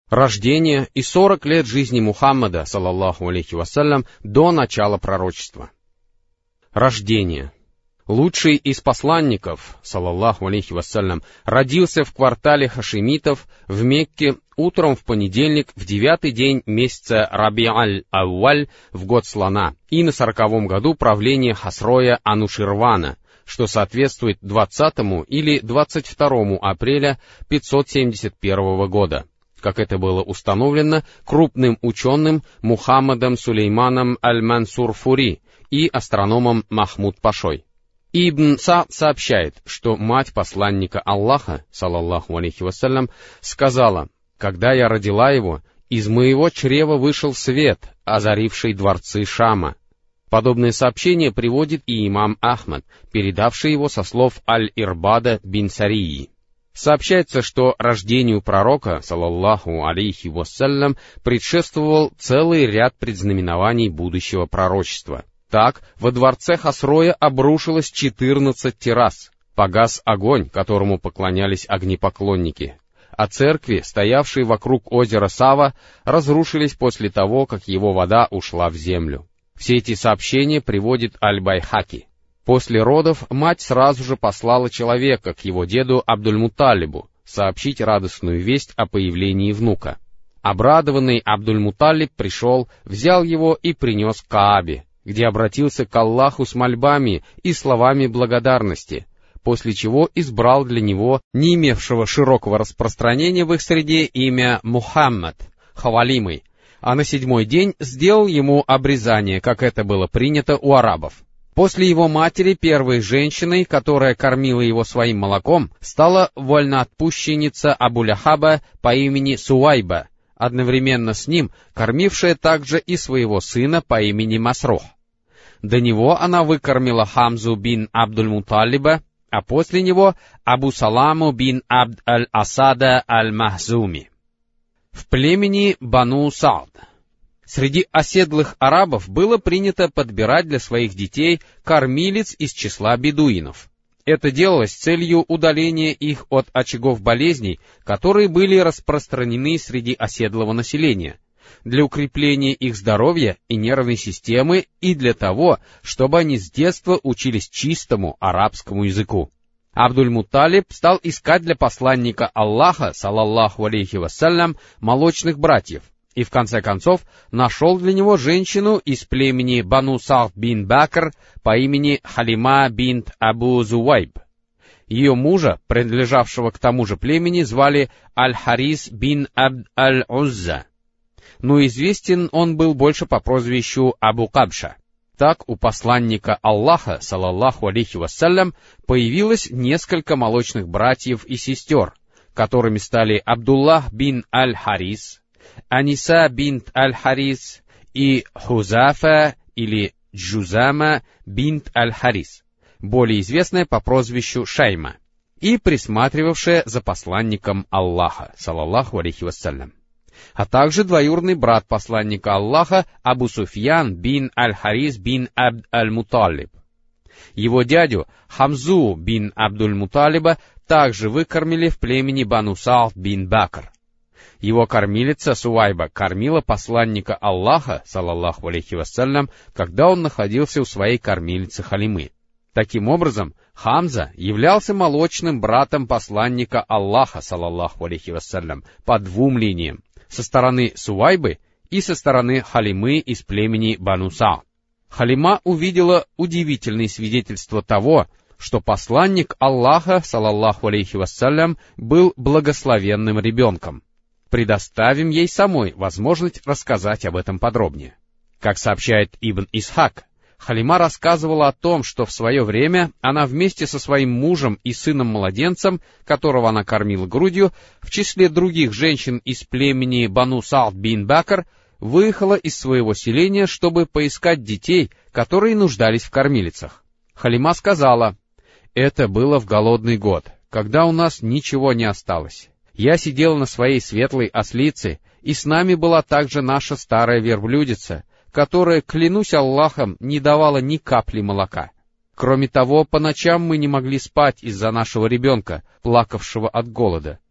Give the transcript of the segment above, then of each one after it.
Рождение и 40 лет жизни Мухаммада, саллаллаху алейхи вассалям, до начала пророчества. Рождение. Лучший из посланников, саллаллаху алейхи вассалям, родился в квартале хашимитов в Мекке утром в понедельник в 9-й день месяца Раби-аль-Ауаль в год слона и на 40-м году правления Хасроя Ануширвана, что соответствует 20 или 22 апреля 571 года, как это было установлено крупным ученым Мухаммадом Сулейманом аль-Мансур-Фури и астрономом Махмуд Пашой. Ибн Саад сообщает, что мать посланника Аллаха, саллаллаху алейхи вассалям, сказала: «Когда я родила его, из моего чрева вышел свет, озаривший дворцы Шама». Подобное сообщение приводит и имам Ахмад, передавший его со слов Аль-Ирбада бин Сарии. Сообщается, что рождению пророка, саллаллаху алейхи вассалям, предшествовал целый ряд предзнаменований будущего пророчества. Так, во дворце Хасроя обрушилось 14 террас, погас огонь, которому поклонялись огнепоклонники, а церкви, стоявшие вокруг озера Сава, разрушились после того, как его вода ушла в землю. Все эти сообщения приводит Аль-Байхаки. После родов мать сразу же послала человека к его деду Абдуль-Мутталибу сообщить радостную весть о появлении внука. Обрадованный Абдуль-Мутталиб пришел, взял его и принес к Каабе, где обратился к Аллаху с мольбами и словами благодарности, после чего избрал для него, не имевшего широкого распространения в их среде, имя Мухаммад, хвалимый, а на 7-й день сделал ему обрезание, как это было принято у арабов. После его матери, первой женщиной, которая кормила его своим молоком, стала вольноотпущенница Абу-Ляхаба по имени Суайба, одновременно с ним кормившая также и своего сына по имени Масрух. До него она выкормила Хамзу бин Абдуль-Мутталиба, а после него Абу Саламу бин Абд аль-Асада аль-Махзуми. В племени Бану Саад. Среди оседлых арабов было принято подбирать для своих детей кормилиц из числа бедуинов. Это делалось с целью удаления их от очагов болезней, которые были распространены среди оседлого населения, для укрепления их здоровья и нервной системы и для того, чтобы они с детства учились чистому арабскому языку. Абдуль-Мутталиб стал искать для посланника Аллаха, саллаллаху алейхи вассалям, молочных братьев, и в конце концов нашел для него женщину из племени Бану Саад бин Бакр по имени Халима бинт Абу Зуайб. Ее мужа, принадлежавшего к тому же племени, звали Аль-Харис бин Абд аль-Узза, но известен он был больше по прозвищу Абу Кабша. Так у посланника Аллаха, саллаллаху алейхи вассалям, появилось несколько молочных братьев и сестер, которыми стали Абдуллах бин Аль-Харис, Аниса бинт Аль-Харис и Хузафа или Джузама бинт Аль-Харис, более известная по прозвищу Шайма, и присматривавшая за посланником Аллаха, саллаллаху алейхи вассалям, а также двоюродный брат посланника Аллаха Абу Суфьян бин Аль-Харис бин Абд аль-Мутталиб. Его дядю Хамзу бин Абдуль-Мутталиба также выкормили в племени Бану Саад бин Бакр. Его кормилица Суайба кормила посланника Аллаха, саллаллаху алейхи вассалям, когда он находился у своей кормилицы Халимы. Таким образом, Хамза являлся молочным братом посланника Аллаха, саллаллаху алейхи вассалям, по двум линиям, со стороны Суайбы и со стороны Халимы из племени Бану Саад. Халима увидела удивительные свидетельства того, что посланник Аллаха, саллаллаху алейхи вассалям, был благословенным ребенком. Предоставим ей самой возможность рассказать об этом подробнее. Как сообщает Ибн Исхак, Халима рассказывала о том, что в свое время она вместе со своим мужем и сыном-младенцем, которого она кормила грудью, в числе других женщин из племени Бану Саад бин Бакр, выехала из своего селения, чтобы поискать детей, которые нуждались в кормилицах. Халима сказала: «Это было в голодный год, когда у нас ничего не осталось. Я сидела на своей светлой ослице, и с нами была также наша старая верблюдица, которая, клянусь Аллахом, не давала ни капли молока. Кроме того, по ночам мы не могли спать из-за нашего ребенка, плакавшего от голода.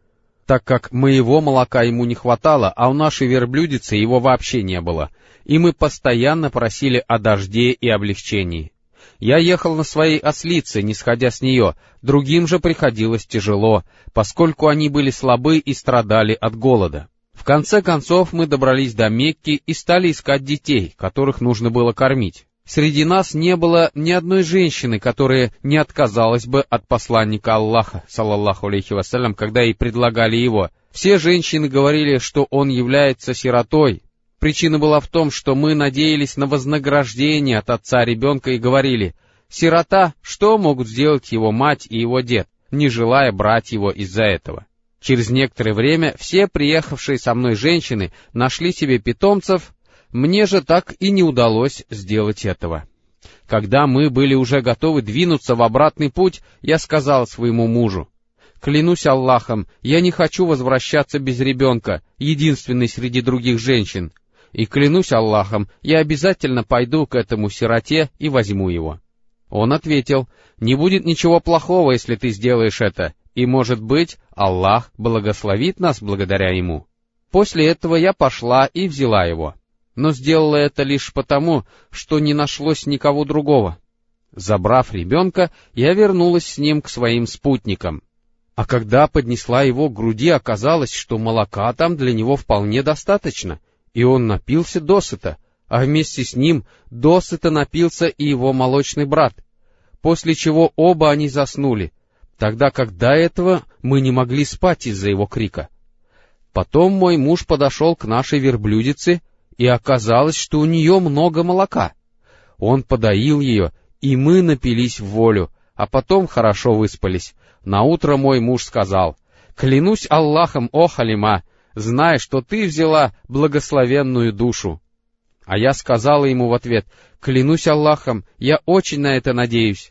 так как моего молока ему не хватало, а у нашей верблюдицы его вообще не было, и мы постоянно просили о дожде и облегчении. Я ехал на своей ослице, не сходя с нее, другим же приходилось тяжело, поскольку они были слабы и страдали от голода. В конце концов мы добрались до Мекки и стали искать детей, которых нужно было кормить. Среди нас не было ни одной женщины, которая не отказалась бы от посланника Аллаха, саллаллаху алейхи вассалям, когда ей предлагали его. Все женщины говорили, что он является сиротой. Причина была в том, что мы надеялись на вознаграждение от отца ребенка и говорили: «Сирота, что могут сделать его мать и его дед?», не желая брать его из-за этого. Через некоторое время все приехавшие со мной женщины нашли себе питомцев, мне же так и не удалось сделать этого. Когда мы были уже готовы двинуться в обратный путь, я сказал своему мужу: «Клянусь Аллахом, я не хочу возвращаться без ребенка, единственной среди других женщин. И клянусь Аллахом, я обязательно пойду к этому сироте и возьму его». Он ответил: «Не будет ничего плохого, если ты сделаешь это, и, может быть, Аллах благословит нас благодаря ему». После этого я пошла и взяла его, но сделала это лишь потому, что не нашлось никого другого. Забрав ребенка, я вернулась с ним к своим спутникам. А когда поднесла его к груди, оказалось, что молока там для него вполне достаточно, и он напился досыта, а вместе с ним досыта напился и его молочный брат, после чего оба они заснули, тогда как до этого мы не могли спать из-за его крика. Потом мой муж подошел к нашей верблюдице, и оказалось, что у нее много молока. Он подоил ее, и мы напились в волю, а потом хорошо выспались. Наутро мой муж сказал: «Клянусь Аллахом, о Халима, знай, что ты взяла благословенную душу». А я сказала ему в ответ: «Клянусь Аллахом, я очень на это надеюсь».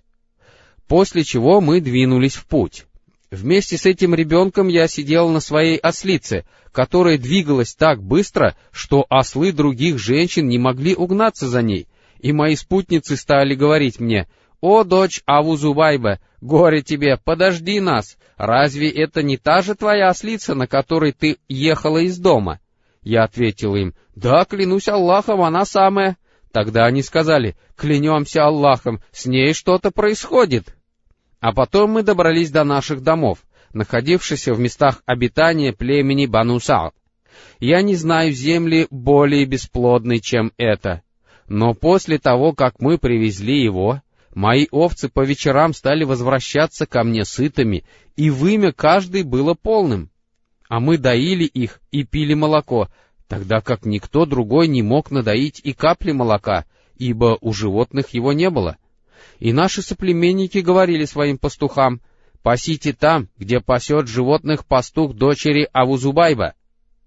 После чего мы двинулись в путь. Вместе с этим ребенком я сидел на своей ослице, которая двигалась так быстро, что ослы других женщин не могли угнаться за ней, и мои спутницы стали говорить мне: «О, дочь Аву Зубайба, горе тебе, подожди нас, разве это не та же твоя ослица, на которой ты ехала из дома?» Я ответил им: «Да, клянусь Аллахом, она самая». Тогда они сказали: «Клянемся Аллахом, с ней что-то происходит». А потом мы добрались до наших домов, находившихся в местах обитания племени Бану Саад. Я не знаю земли более бесплодной, чем это. Но после того, как мы привезли его, мои овцы по вечерам стали возвращаться ко мне сытыми, и вымя каждой было полным. А мы доили их и пили молоко, тогда как никто другой не мог надоить и капли молока, ибо у животных его не было. И наши соплеменники говорили своим пастухам: «Пасите там, где пасет животных пастух дочери Аву Зубайба».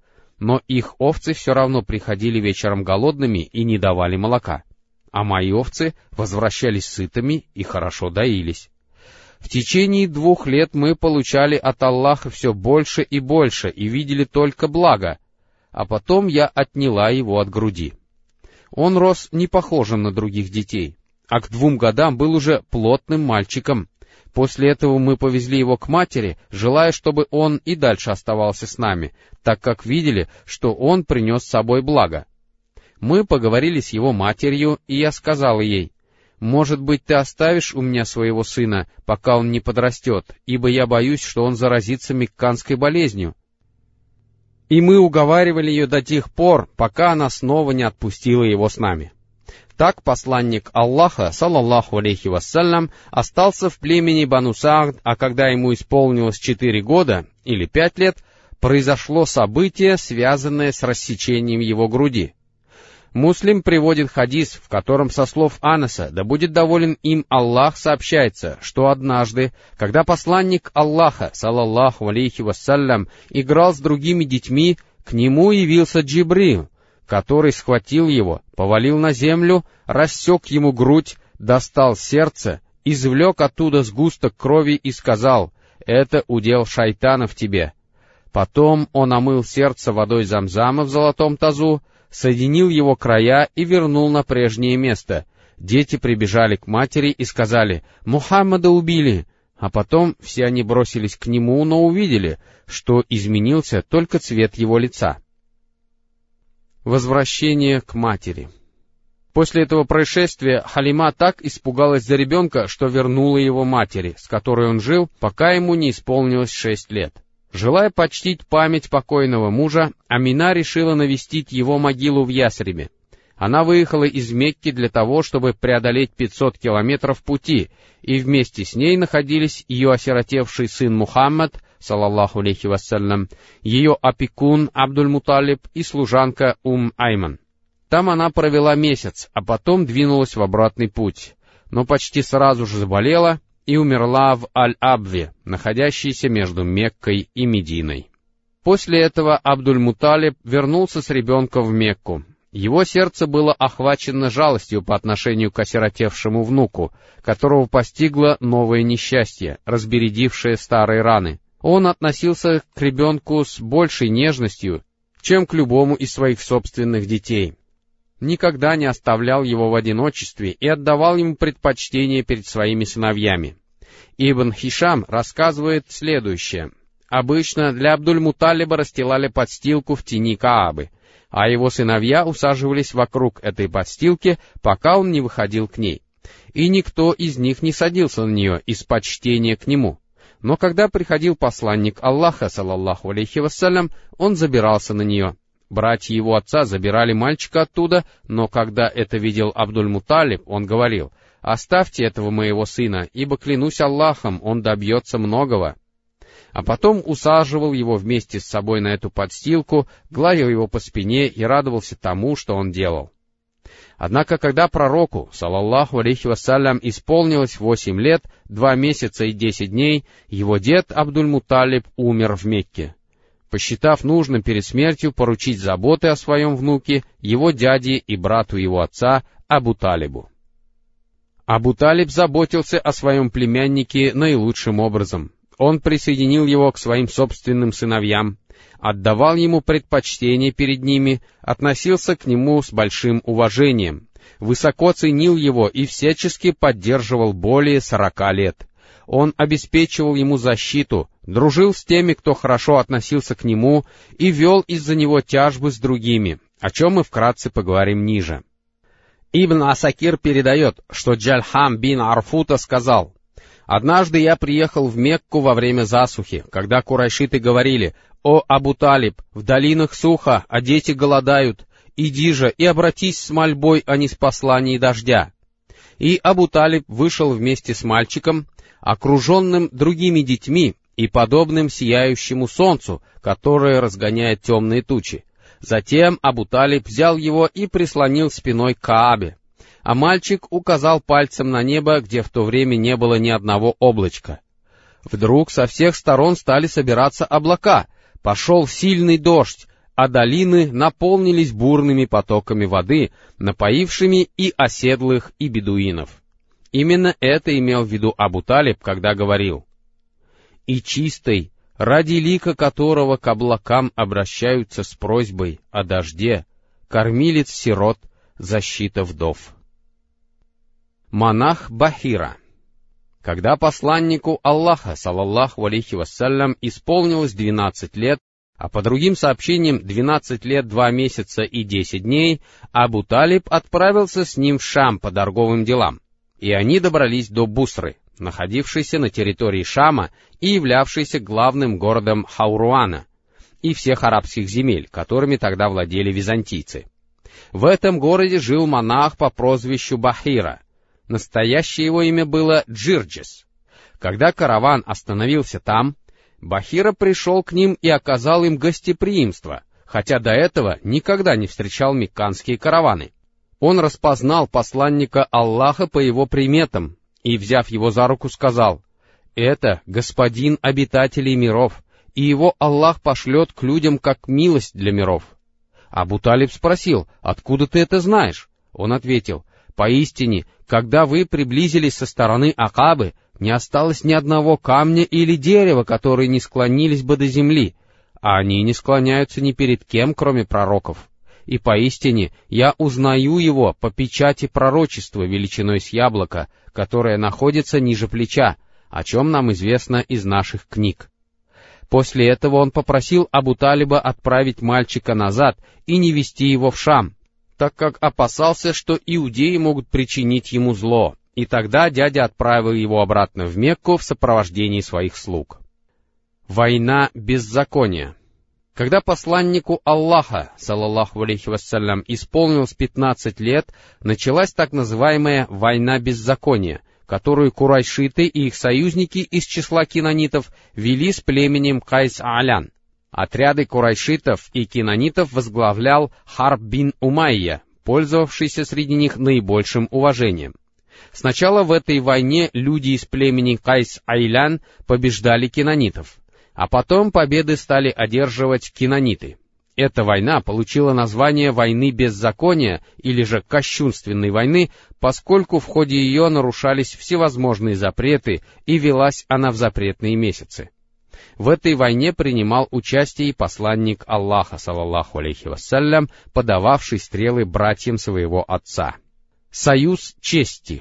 Но их овцы все равно приходили вечером голодными и не давали молока, а мои овцы возвращались сытыми и хорошо доились. В течение 2 лет мы получали от Аллаха все больше и больше и видели только благо, а потом я отняла его от груди. Он рос не похожим на других детей, а к 2 годам был уже плотным мальчиком. После этого мы повезли его к матери, желая, чтобы он и дальше оставался с нами, так как видели, что он принес с собой благо. Мы поговорили с его матерью, и я сказала ей: «Может быть, ты оставишь у меня своего сына, пока он не подрастет, ибо я боюсь, что он заразится мекканской болезнью». И мы уговаривали ее до тех пор, пока она снова не отпустила его с нами. Так посланник Аллаха, саллаллаху алейхи вассалям, остался в племени Бану Саад, а когда ему исполнилось 4 года, или 5 лет, произошло событие, связанное с рассечением его груди. Муслим приводит хадис, в котором со слов Анаса, да будет доволен им Аллах, сообщается, что однажды, когда посланник Аллаха, саллаллаху алейхи вассалям, играл с другими детьми, к нему явился Джибрил, который схватил его, повалил на землю, рассек ему грудь, достал сердце, извлек оттуда сгусток крови и сказал: «Это удел шайтана в тебе». Потом он омыл сердце водой Замзама в золотом тазу, соединил его края и вернул на прежнее место. Дети прибежали к матери и сказали: «Мухаммада убили». А потом все они бросились к нему, но увидели, что изменился только цвет его лица. Возвращение к матери. После этого происшествия Халима так испугалась за ребенка, что вернула его матери, с которой он жил, пока ему не исполнилось 6 лет. Желая почтить память покойного мужа, Амина решила навестить его могилу в Ясрибе. Она выехала из Мекки для того, чтобы преодолеть 500 километров пути, и вместе с ней находились ее осиротевший сын Мухаммад, саллаллаху алейхи вассалям, ее опекун Абдуль-Муталиб и служанка Айман. Там она провела месяц, а потом двинулась в обратный путь, но почти сразу же заболела и умерла в Аль-Абве, находящейся между Меккой и Мединой. После этого Абдуль-Муталиб вернулся с ребенком в Мекку. Его сердце было охвачено жалостью по отношению к осиротевшему внуку, которого постигло новое несчастье, разбередившее старые раны. Он относился к ребенку с большей нежностью, чем к любому из своих собственных детей. Никогда не оставлял его в одиночестве и отдавал ему предпочтение перед своими сыновьями. Ибн Хишам рассказывает следующее. Обычно для Абдуль-Муталиба расстилали подстилку в тени Каабы, а его сыновья усаживались вокруг этой подстилки, пока он не выходил к ней. И никто из них не садился на нее из почтения к нему. Но когда приходил посланник Аллаха, саллаллаху алейхи вассалям, он забирался на нее. Братья его отца забирали мальчика оттуда, но когда это видел Абдуль-Муталиб, он говорил: «Оставьте этого моего сына, ибо, клянусь Аллахом, он добьется многого». А потом усаживал его вместе с собой на эту подстилку, гладил его по спине и радовался тому, что он делал. Однако, когда пророку, саллаллаху алейхи вассалям, исполнилось 8 лет, 2 месяца и 10 дней, его дед Абдуль-Муталиб умер в Мекке. Посчитав нужным перед смертью поручить заботы о своем внуке его дяде и брату его отца Абу-Талибу. Абу-Талиб заботился о своем племяннике наилучшим образом. Он присоединил его к своим собственным сыновьям, отдавал ему предпочтение перед ними, относился к нему с большим уважением, высоко ценил его и всячески поддерживал более 40 лет. Он обеспечивал ему защиту, дружил с теми, кто хорошо относился к нему, и вел из-за него тяжбы с другими, о чем мы вкратце поговорим ниже. Ибн Асакир передает, что Джальхам бин Арфута сказал: «Однажды я приехал в Мекку во время засухи, когда курайшиты говорили: «О Абу-Талиб, в долинах сухо, а дети голодают, иди же и обратись с мольбой о ниспослании дождя». И Абу-Талиб вышел вместе с мальчиком, окруженным другими детьми и подобным сияющему солнцу, которое разгоняет темные тучи. Затем Абу-Талиб взял его и прислонил спиной к Каабе, а мальчик указал пальцем на небо, где в то время не было ни одного облачка. Вдруг со всех сторон стали собираться облака, пошел сильный дождь, а долины наполнились бурными потоками воды, напоившими и оседлых, и бедуинов. Именно это имел в виду Абу-Талиб, когда говорил: «И чистой, ради лика которого к облакам обращаются с просьбой о дожде, кормилец сирот, защита вдов». Монах Бахира. Когда посланнику Аллаха, саллаллаху алейхи вассалям, исполнилось 12 лет, а по другим сообщениям 12 лет, 2 месяца и 10 дней, Абу-Талиб отправился с ним в Шам по торговым делам, и они добрались до Бусры, находившейся на территории Шама и являвшейся главным городом Хауруана и всех арабских земель, которыми тогда владели византийцы. В этом городе жил монах по прозвищу Бахира. Настоящее его имя было Джирджис. Когда караван остановился там, Бахира пришел к ним и оказал им гостеприимство, хотя до этого никогда не встречал мекканские караваны. Он распознал посланника Аллаха по его приметам и, взяв его за руку, сказал: «Это господин обитателей миров, и его Аллах пошлет к людям как милость для миров». Абу-Талиб спросил: «Откуда ты это знаешь?» Он ответил: «Поистине, когда вы приблизились со стороны Акабы, не осталось ни одного камня или дерева, которые не склонились бы до земли, а они не склоняются ни перед кем, кроме пророков. И поистине я узнаю его по печати пророчества величиной с яблоко, которое находится ниже плеча, о чем нам известно из наших книг. После этого он попросил Абу Талиба отправить мальчика назад и не вести его в Шам, так как опасался, что иудеи могут причинить ему зло, и тогда дядя отправил его обратно в Мекку в сопровождении своих слуг. Война беззакония. Когда посланнику Аллаха, саллаллаху алейхи вассалям, исполнилось 15 лет, началась так называемая «война беззакония», которую курайшиты и их союзники из числа кинанитов вели с племенем Кайс-Алян. Отряды курайшитов и кинанитов возглавлял Харб бин Умайя, пользовавшийся среди них наибольшим уважением. Сначала в этой войне люди из племени Кайс-Алян побеждали кинанитов, а потом победы стали одерживать кинаниты. Эта война получила название «войны беззакония» или же «кощунственной войны», поскольку в ходе ее нарушались всевозможные запреты и велась она в запретные месяцы. В этой войне принимал участие и посланник Аллаха, саллаллаху алейхи вассалям, подававший стрелы братьям своего отца. Союз чести.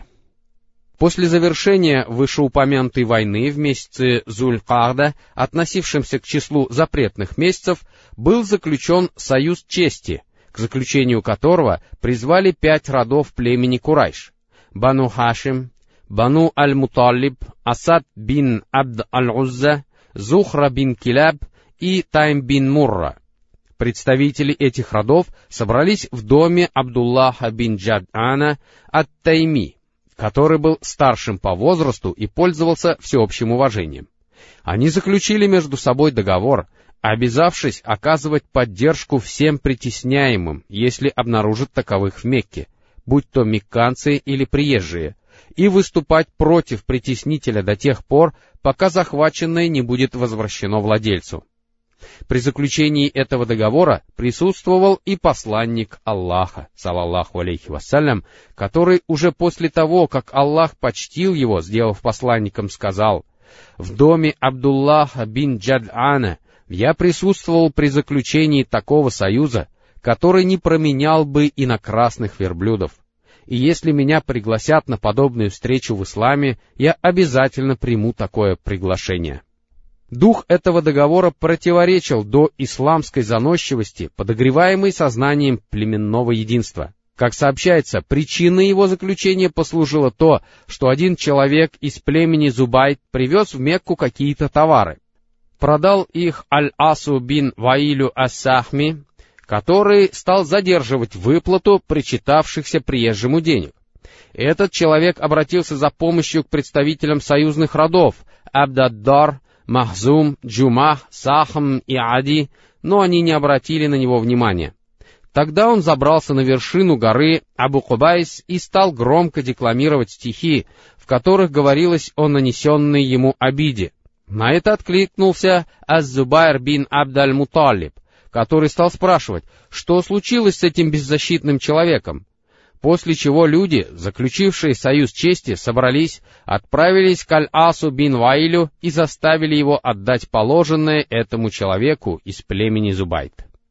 После завершения вышеупомянутой войны в месяце Зуль-Каада, относившемся к числу запретных месяцев, был заключен союз чести, к заключению которого призвали 5 родов племени Курайш: Бану Хашим, Бану Аль-Муталиб, Асад бин Абд Аль-Узза, Зухра бин Киляб и Тайм бин Мурра. Представители этих родов собрались в доме Абдуллаха бин Джад'ана ат-Тайми, который был старшим по возрасту и пользовался всеобщим уважением. Они заключили между собой договор, обязавшись оказывать поддержку всем притесняемым, если обнаружат таковых в Мекке, будь то мекканцы или приезжие, и выступать против притеснителя до тех пор, пока захваченное не будет возвращено владельцу. При заключении этого договора присутствовал и посланник Аллаха, саллаллаху алейхи вассалям, который уже после того, как Аллах почтил его, сделав посланником, сказал: «В доме Абдуллаха бин Джад'ана я присутствовал при заключении такого союза, который не променял бы и на красных верблюдов. И если меня пригласят на подобную встречу в исламе, я обязательно приму такое приглашение». Дух этого договора противоречил до исламской заносчивости, подогреваемой сознанием племенного единства. Как сообщается, причиной его заключения послужило то, что один человек из племени Зубайт привез в Мекку какие-то товары. Продал их Аль-Асу бин Ваилю ас-Сахми, который стал задерживать выплату причитавшихся приезжему денег. Этот человек обратился за помощью к представителям союзных родов Абд-ад-Дар, Махзум, Джумах, Сахам и Ади, но они не обратили на него внимания. Тогда он забрался на вершину горы Абу-Кубайс и стал громко декламировать стихи, в которых говорилось о нанесенной ему обиде. На это откликнулся Аз-Зубайр бин Абд Аль-Муталиб, который стал спрашивать, что случилось с этим беззащитным человеком. После чего люди, заключившие союз чести, собрались, отправились к Аль-Асу бин Ваилю и заставили его отдать положенное этому человеку из племени Зубайт.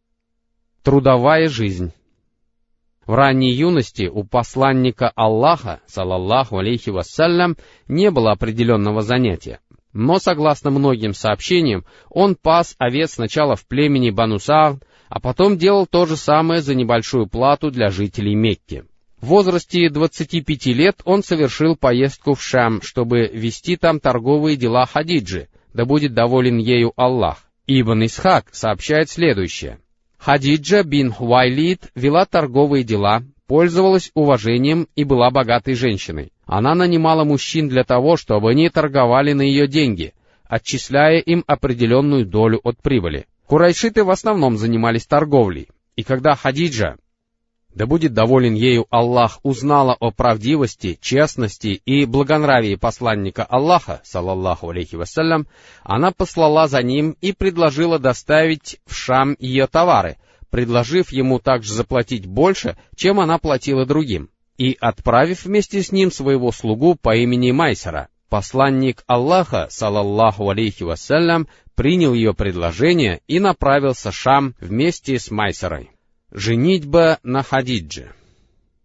Трудовая жизнь. В ранней юности у посланника Аллаха, саллаллаху алейхи вассалям, не было определенного занятия. Но, согласно многим сообщениям, он пас овец сначала в племени Бану Саад, а потом делал то же самое за небольшую плату для жителей Мекки. В возрасте 25 лет он совершил поездку в Шам, чтобы вести там торговые дела Хадиджи, да будет доволен ею Аллах. Ибн Исхак сообщает следующее. Хадиджа бин Хувайлид вела торговые дела, пользовалась уважением и была богатой женщиной. Она нанимала мужчин для того, чтобы они торговали на ее деньги, отчисляя им определенную долю от прибыли. Курайшиты в основном занимались торговлей, и когда Хадиджа, да будет доволен ею Аллах, узнала о правдивости, честности и благонравии посланника Аллаха, саллаллаху алейхи вассалям, она послала за ним и предложила доставить в Шам ее товары, предложив ему также заплатить больше, чем она платила другим, и отправив вместе с ним своего слугу по имени Майсара. Посланник Аллаха, саллаллаху алейхи вассалям, принял ее предложение и направился в Шам вместе с Майсарой. Женитьба на Хадидже.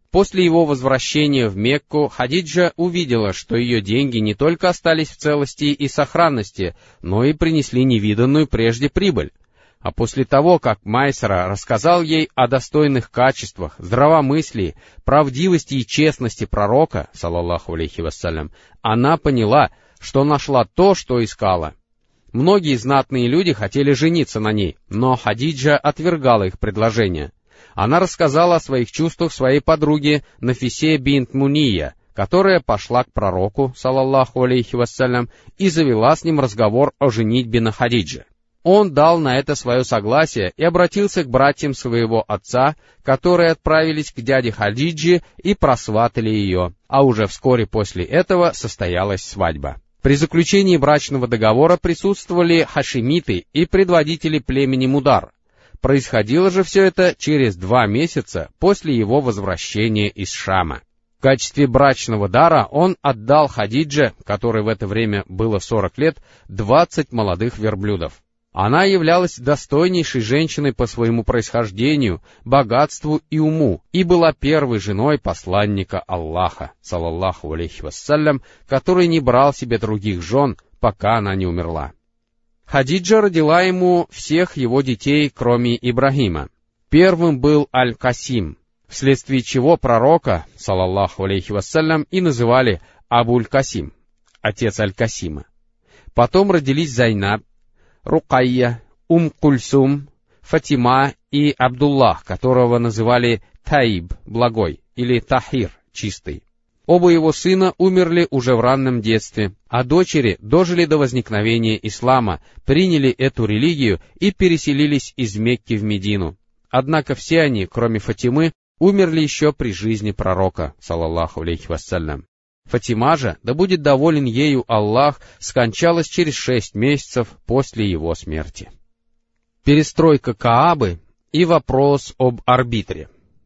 После его возвращения в Мекку Хадиджа увидела, что ее деньги не только остались в целости и сохранности, но и принесли невиданную прежде прибыль. А после того, как Майсара рассказал ей о достойных качествах, здравомыслии, правдивости и честности пророка, саллаллаху алейхи вассалям, она поняла, что нашла то, что искала. Многие знатные люди хотели жениться на ней, но Хадиджа отвергала их предложение. Она рассказала о своих чувствах своей подруге Нафисе бинт Муния, которая пошла к пророку, саллаллаху алейхи вассалям, и завела с ним разговор о женитьбе на Хадидже. Он дал на это свое согласие и обратился к братьям своего отца, которые отправились к дяде Хадиджи и просватали ее, а уже вскоре после этого состоялась свадьба. При заключении брачного договора присутствовали хашимиты и предводители племени Мудар. Происходило же все это через 2 месяца после его возвращения из Шама. В качестве брачного дара он отдал Хадидже, которой в это время было 40 лет, 20 молодых верблюдов. Она являлась достойнейшей женщиной по своему происхождению, богатству и уму, и была первой женой посланника Аллаха, саллаллаху алейхи вассалям, который не брал себе других жен, пока она не умерла. Хадиджа родила ему всех его детей, кроме Ибрагима. Первым был Аль-Касим, вследствие чего пророка, саллаллаху алейхи вассалям, и называли Абуль-Касим, отец Аль-Касима. Потом родились Зайнаб, Рукайя, Кульсум, Фатима и Абдуллах, которого называли Таиб, благой, или Тахир, чистый. Оба его сына умерли уже в раннем детстве, а дочери дожили до возникновения ислама, приняли эту религию и переселились из Мекки в Медину. Однако все они, кроме Фатимы, умерли еще при жизни пророка, саллаллаху алейхи вассалям. Фатима же, да будет доволен ею Аллах, скончалась через 6 месяцев после его смерти. Перестройка Каабы и вопрос об арбитре.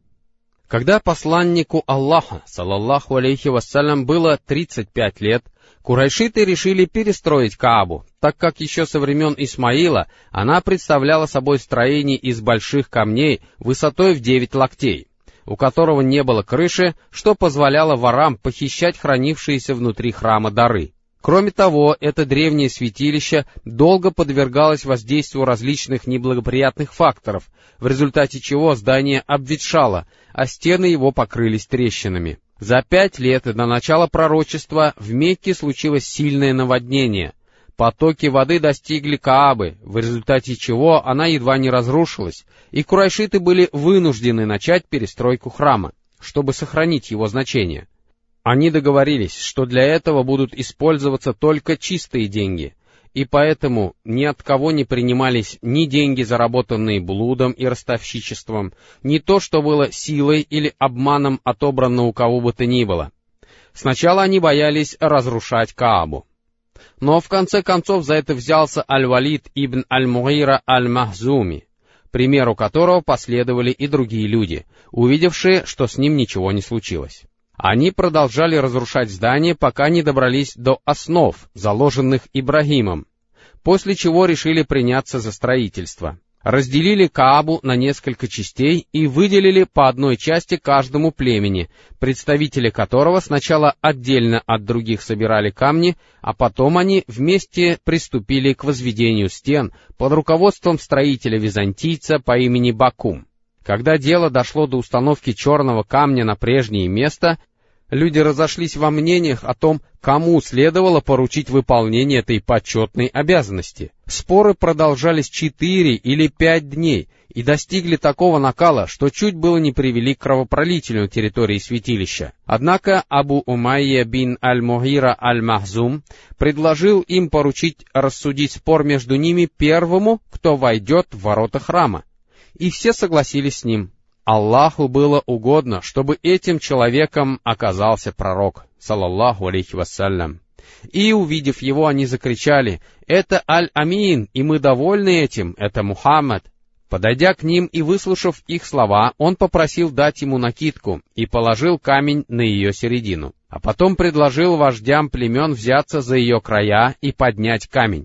Когда посланнику Аллаха, саллаллаху алейхи вассалям, было 35 лет, курайшиты решили перестроить Каабу, так как еще со времен Исмаила она представляла собой строение из больших камней высотой в 9 локтей, у которого не было крыши, что позволяло ворам похищать хранившиеся внутри храма дары. Кроме того, это древнее святилище долго подвергалось воздействию различных неблагоприятных факторов, в результате чего здание обветшало, а стены его покрылись трещинами. За 5 лет до начала пророчества в Мекке случилось сильное наводнение. Потоки воды достигли Каабы, в результате чего она едва не разрушилась, и курайшиты были вынуждены начать перестройку храма, чтобы сохранить его значение. Они договорились, что для этого будут использоваться только чистые деньги, и поэтому ни от кого не принимались ни деньги, заработанные блудом и ростовщичеством, ни то, что было силой или обманом отобрано у кого бы то ни было. Сначала они боялись разрушать Каабу. Но в конце концов за это взялся Аль-Валид ибн Аль-Мугира Аль-Махзуми, примеру которого последовали и другие люди, увидевшие, что с ним ничего не случилось. Они продолжали разрушать здание, пока не добрались до основ, заложенных Ибрагимом, после чего решили приняться за строительство. Разделили Каабу на несколько частей и выделили по одной части каждому племени, представители которого сначала отдельно от других собирали камни, а потом они вместе приступили к возведению стен под руководством строителя-византийца по имени Бакум. Когда дело дошло до установки черного камня на прежнее место, люди разошлись во мнениях о том, кому следовало поручить выполнение этой почетной обязанности. Споры продолжались 4 или 5 дней и достигли такого накала, что чуть было не привели к кровопролитию на территории святилища. Однако Абу Умайя бин Аль-Мугира Аль-Махзум предложил им поручить рассудить спор между ними первому, кто войдет в ворота храма. И все согласились с ним. Аллаху было угодно, чтобы этим человеком оказался пророк, саллаллаху алейхи вассалям. И, увидев его, они закричали: «Это Аль-Амин, и мы довольны этим, это Мухаммад». Подойдя к ним и выслушав их слова, он попросил дать ему накидку и положил камень на ее середину, а потом предложил вождям племен взяться за ее края и поднять камень.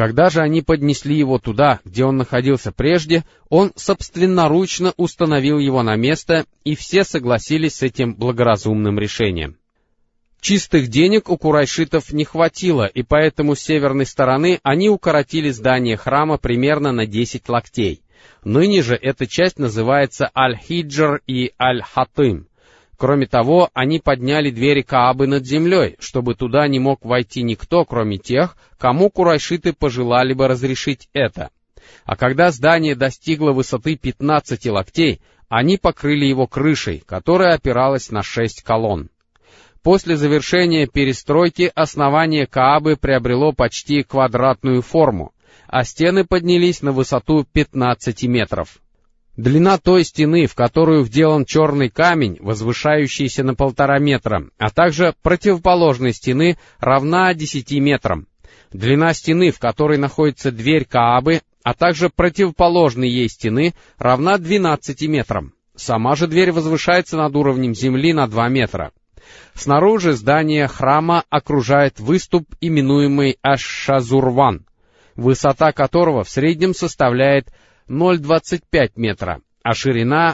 Когда же они поднесли его туда, где он находился прежде, он собственноручно установил его на место, и все согласились с этим благоразумным решением. Чистых денег у курайшитов не хватило, и поэтому с северной стороны они укоротили здание храма примерно на 10 локтей. Ныне же эта часть называется Аль-Хиджр и Аль-Хатым. Кроме того, они подняли двери Каабы над землей, чтобы туда не мог войти никто, кроме тех, кому курайшиты пожелали бы разрешить это. А когда здание достигло высоты 15 локтей, они покрыли его крышей, которая опиралась на 6 колонн. После завершения перестройки основание Каабы приобрело почти квадратную форму, а стены поднялись на высоту 15 метров. Длина той стены, в которую вделан черный камень, возвышающийся на 1,5 метра, а также противоположной стены, равна 10 метрам. Длина стены, в которой находится дверь Каабы, а также противоположной ей стены, равна 12 метрам. Сама же дверь возвышается над уровнем земли на 2 метра. Снаружи здание храма окружает выступ, именуемый Аш-Шазурван, высота которого в среднем составляет 0,25 метра, а ширина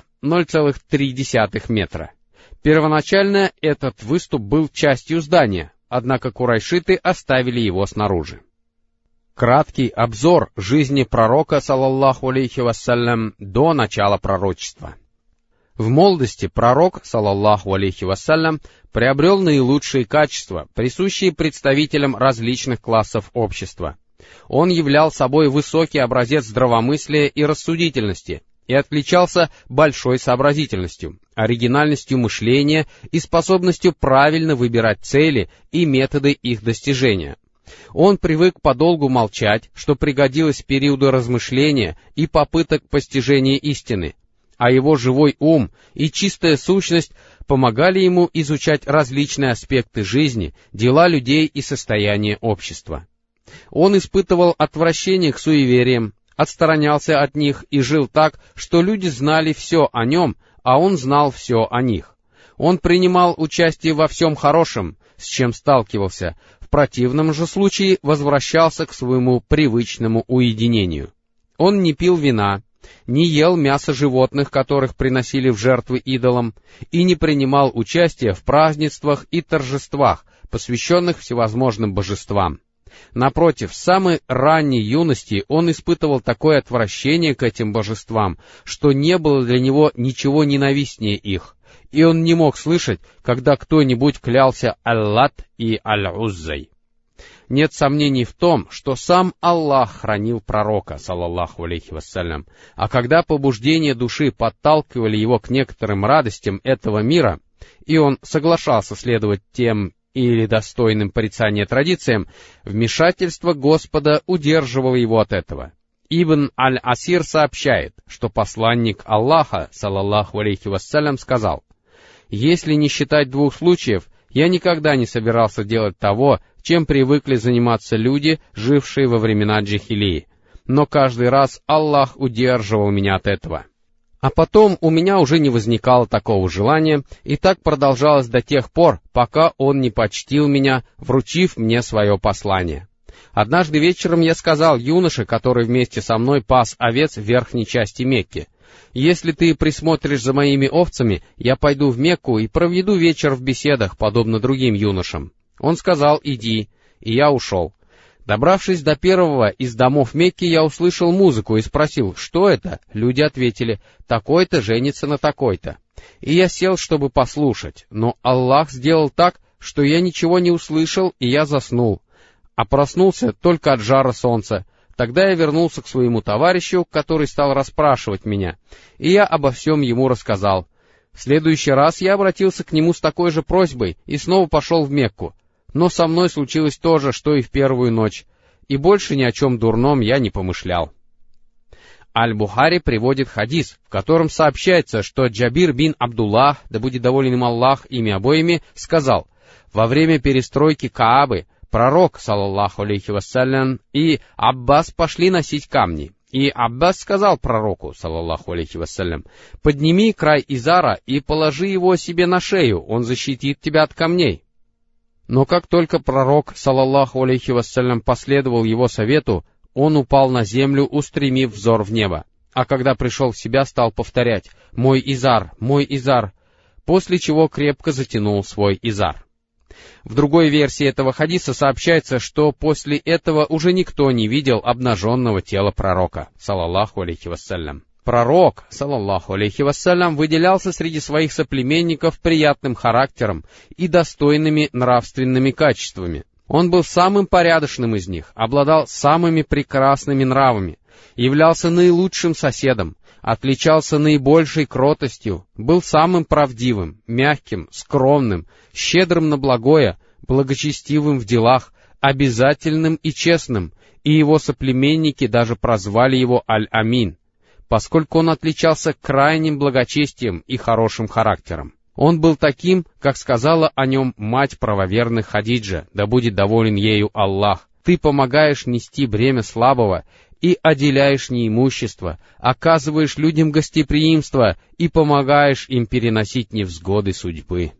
0,3 метра. Первоначально этот выступ был частью здания, однако курайшиты оставили его снаружи. Краткий обзор жизни пророка, саллаллаху алейхи вассалям, до начала пророчества. В молодости пророк, саллаллаху алейхи вассалям, приобрел наилучшие качества, присущие представителям различных классов общества. Он являл собой высокий образец здравомыслия и рассудительности и отличался большой сообразительностью, оригинальностью мышления и способностью правильно выбирать цели и методы их достижения. Он привык подолгу молчать, что пригодилось в периоды размышления и попыток постижения истины, а его живой ум и чистая сущность помогали ему изучать различные аспекты жизни, дела людей и состояние общества. Он испытывал отвращение к суевериям, отстранялся от них и жил так, что люди знали все о нем, а он знал все о них. Он принимал участие во всем хорошем, с чем сталкивался, в противном же случае возвращался к своему привычному уединению. Он не пил вина, не ел мясо животных, которых приносили в жертвы идолам, и не принимал участия в празднествах и торжествах, посвященных всевозможным божествам. Напротив, с самой ранней юности он испытывал такое отвращение к этим божествам, что не было для него ничего ненавистнее их, и он не мог слышать, когда кто-нибудь клялся Аллат и Аль-Уззой. Нет сомнений в том, что сам Аллах хранил пророка, саллаллаху алейхи вассалям, а когда побуждения души подталкивали его к некоторым радостям этого мира, и он соглашался следовать тем или достойным порицания традициям, вмешательство Господа удерживало его от этого. Ибн Аль-Асир сообщает, что посланник Аллаха, саллаллаху алейхи вассалям, сказал: «Если не считать 2 случаев, я никогда не собирался делать того, чем привыкли заниматься люди, жившие во времена джахилии, но каждый раз Аллах удерживал меня от этого. А потом у меня уже не возникало такого желания, и так продолжалось до тех пор, пока он не почтил меня, вручив мне свое послание. Однажды вечером я сказал юноше, который вместе со мной пас овец в верхней части Мекки: «Если ты присмотришь за моими овцами, я пойду в Мекку и проведу вечер в беседах, подобно другим юношам». Он сказал: «Иди», и я ушел. Добравшись до первого из домов Мекки, я услышал музыку и спросил: «Что это?» Люди ответили: «Такой-то женится на такой-то». И я сел, чтобы послушать, но Аллах сделал так, что я ничего не услышал, и я заснул, а проснулся только от жара солнца. Тогда я вернулся к своему товарищу, который стал расспрашивать меня, и я обо всем ему рассказал. В следующий раз я обратился к нему с такой же просьбой и снова пошел в Мекку. Но со мной случилось то же, что и в первую ночь, и больше ни о чем дурном я не помышлял. Аль-Бухари приводит хадис, в котором сообщается, что Джабир бин Абдуллах, да будет доволен им Аллах ими обоими, сказал: во время перестройки Каабы пророк, саллаллаху алейхи вассалям, и Аббас пошли носить камни. И Аббас сказал пророку, саллаллаху алейхи вассалям: подними край изара и положи его себе на шею, он защитит тебя от камней. Но как только пророк, саллаллаху алейхи вассалям, последовал его совету, он упал на землю, устремив взор в небо. А когда пришел в себя, стал повторять мой изар, после чего крепко затянул свой изар. В другой версии этого хадиса сообщается, что после этого уже никто не видел обнаженного тела пророка, салаллаху алейхи вассалям. Пророк, салаллаху алейхи вассалям, выделялся среди своих соплеменников приятным характером и достойными нравственными качествами. Он был самым порядочным из них, обладал самыми прекрасными нравами, являлся наилучшим соседом, отличался наибольшей кротостью, был самым правдивым, мягким, скромным, щедрым на благое, благочестивым в делах, обязательным и честным, и его соплеменники даже прозвали его Аль-Амин, поскольку он отличался крайним благочестием и хорошим характером. Он был таким, как сказала о нем мать правоверных Хадиджа, да будет доволен ею Аллах. Ты помогаешь нести бремя слабого и отделяешь неимущество, оказываешь людям гостеприимство и помогаешь им переносить невзгоды судьбы.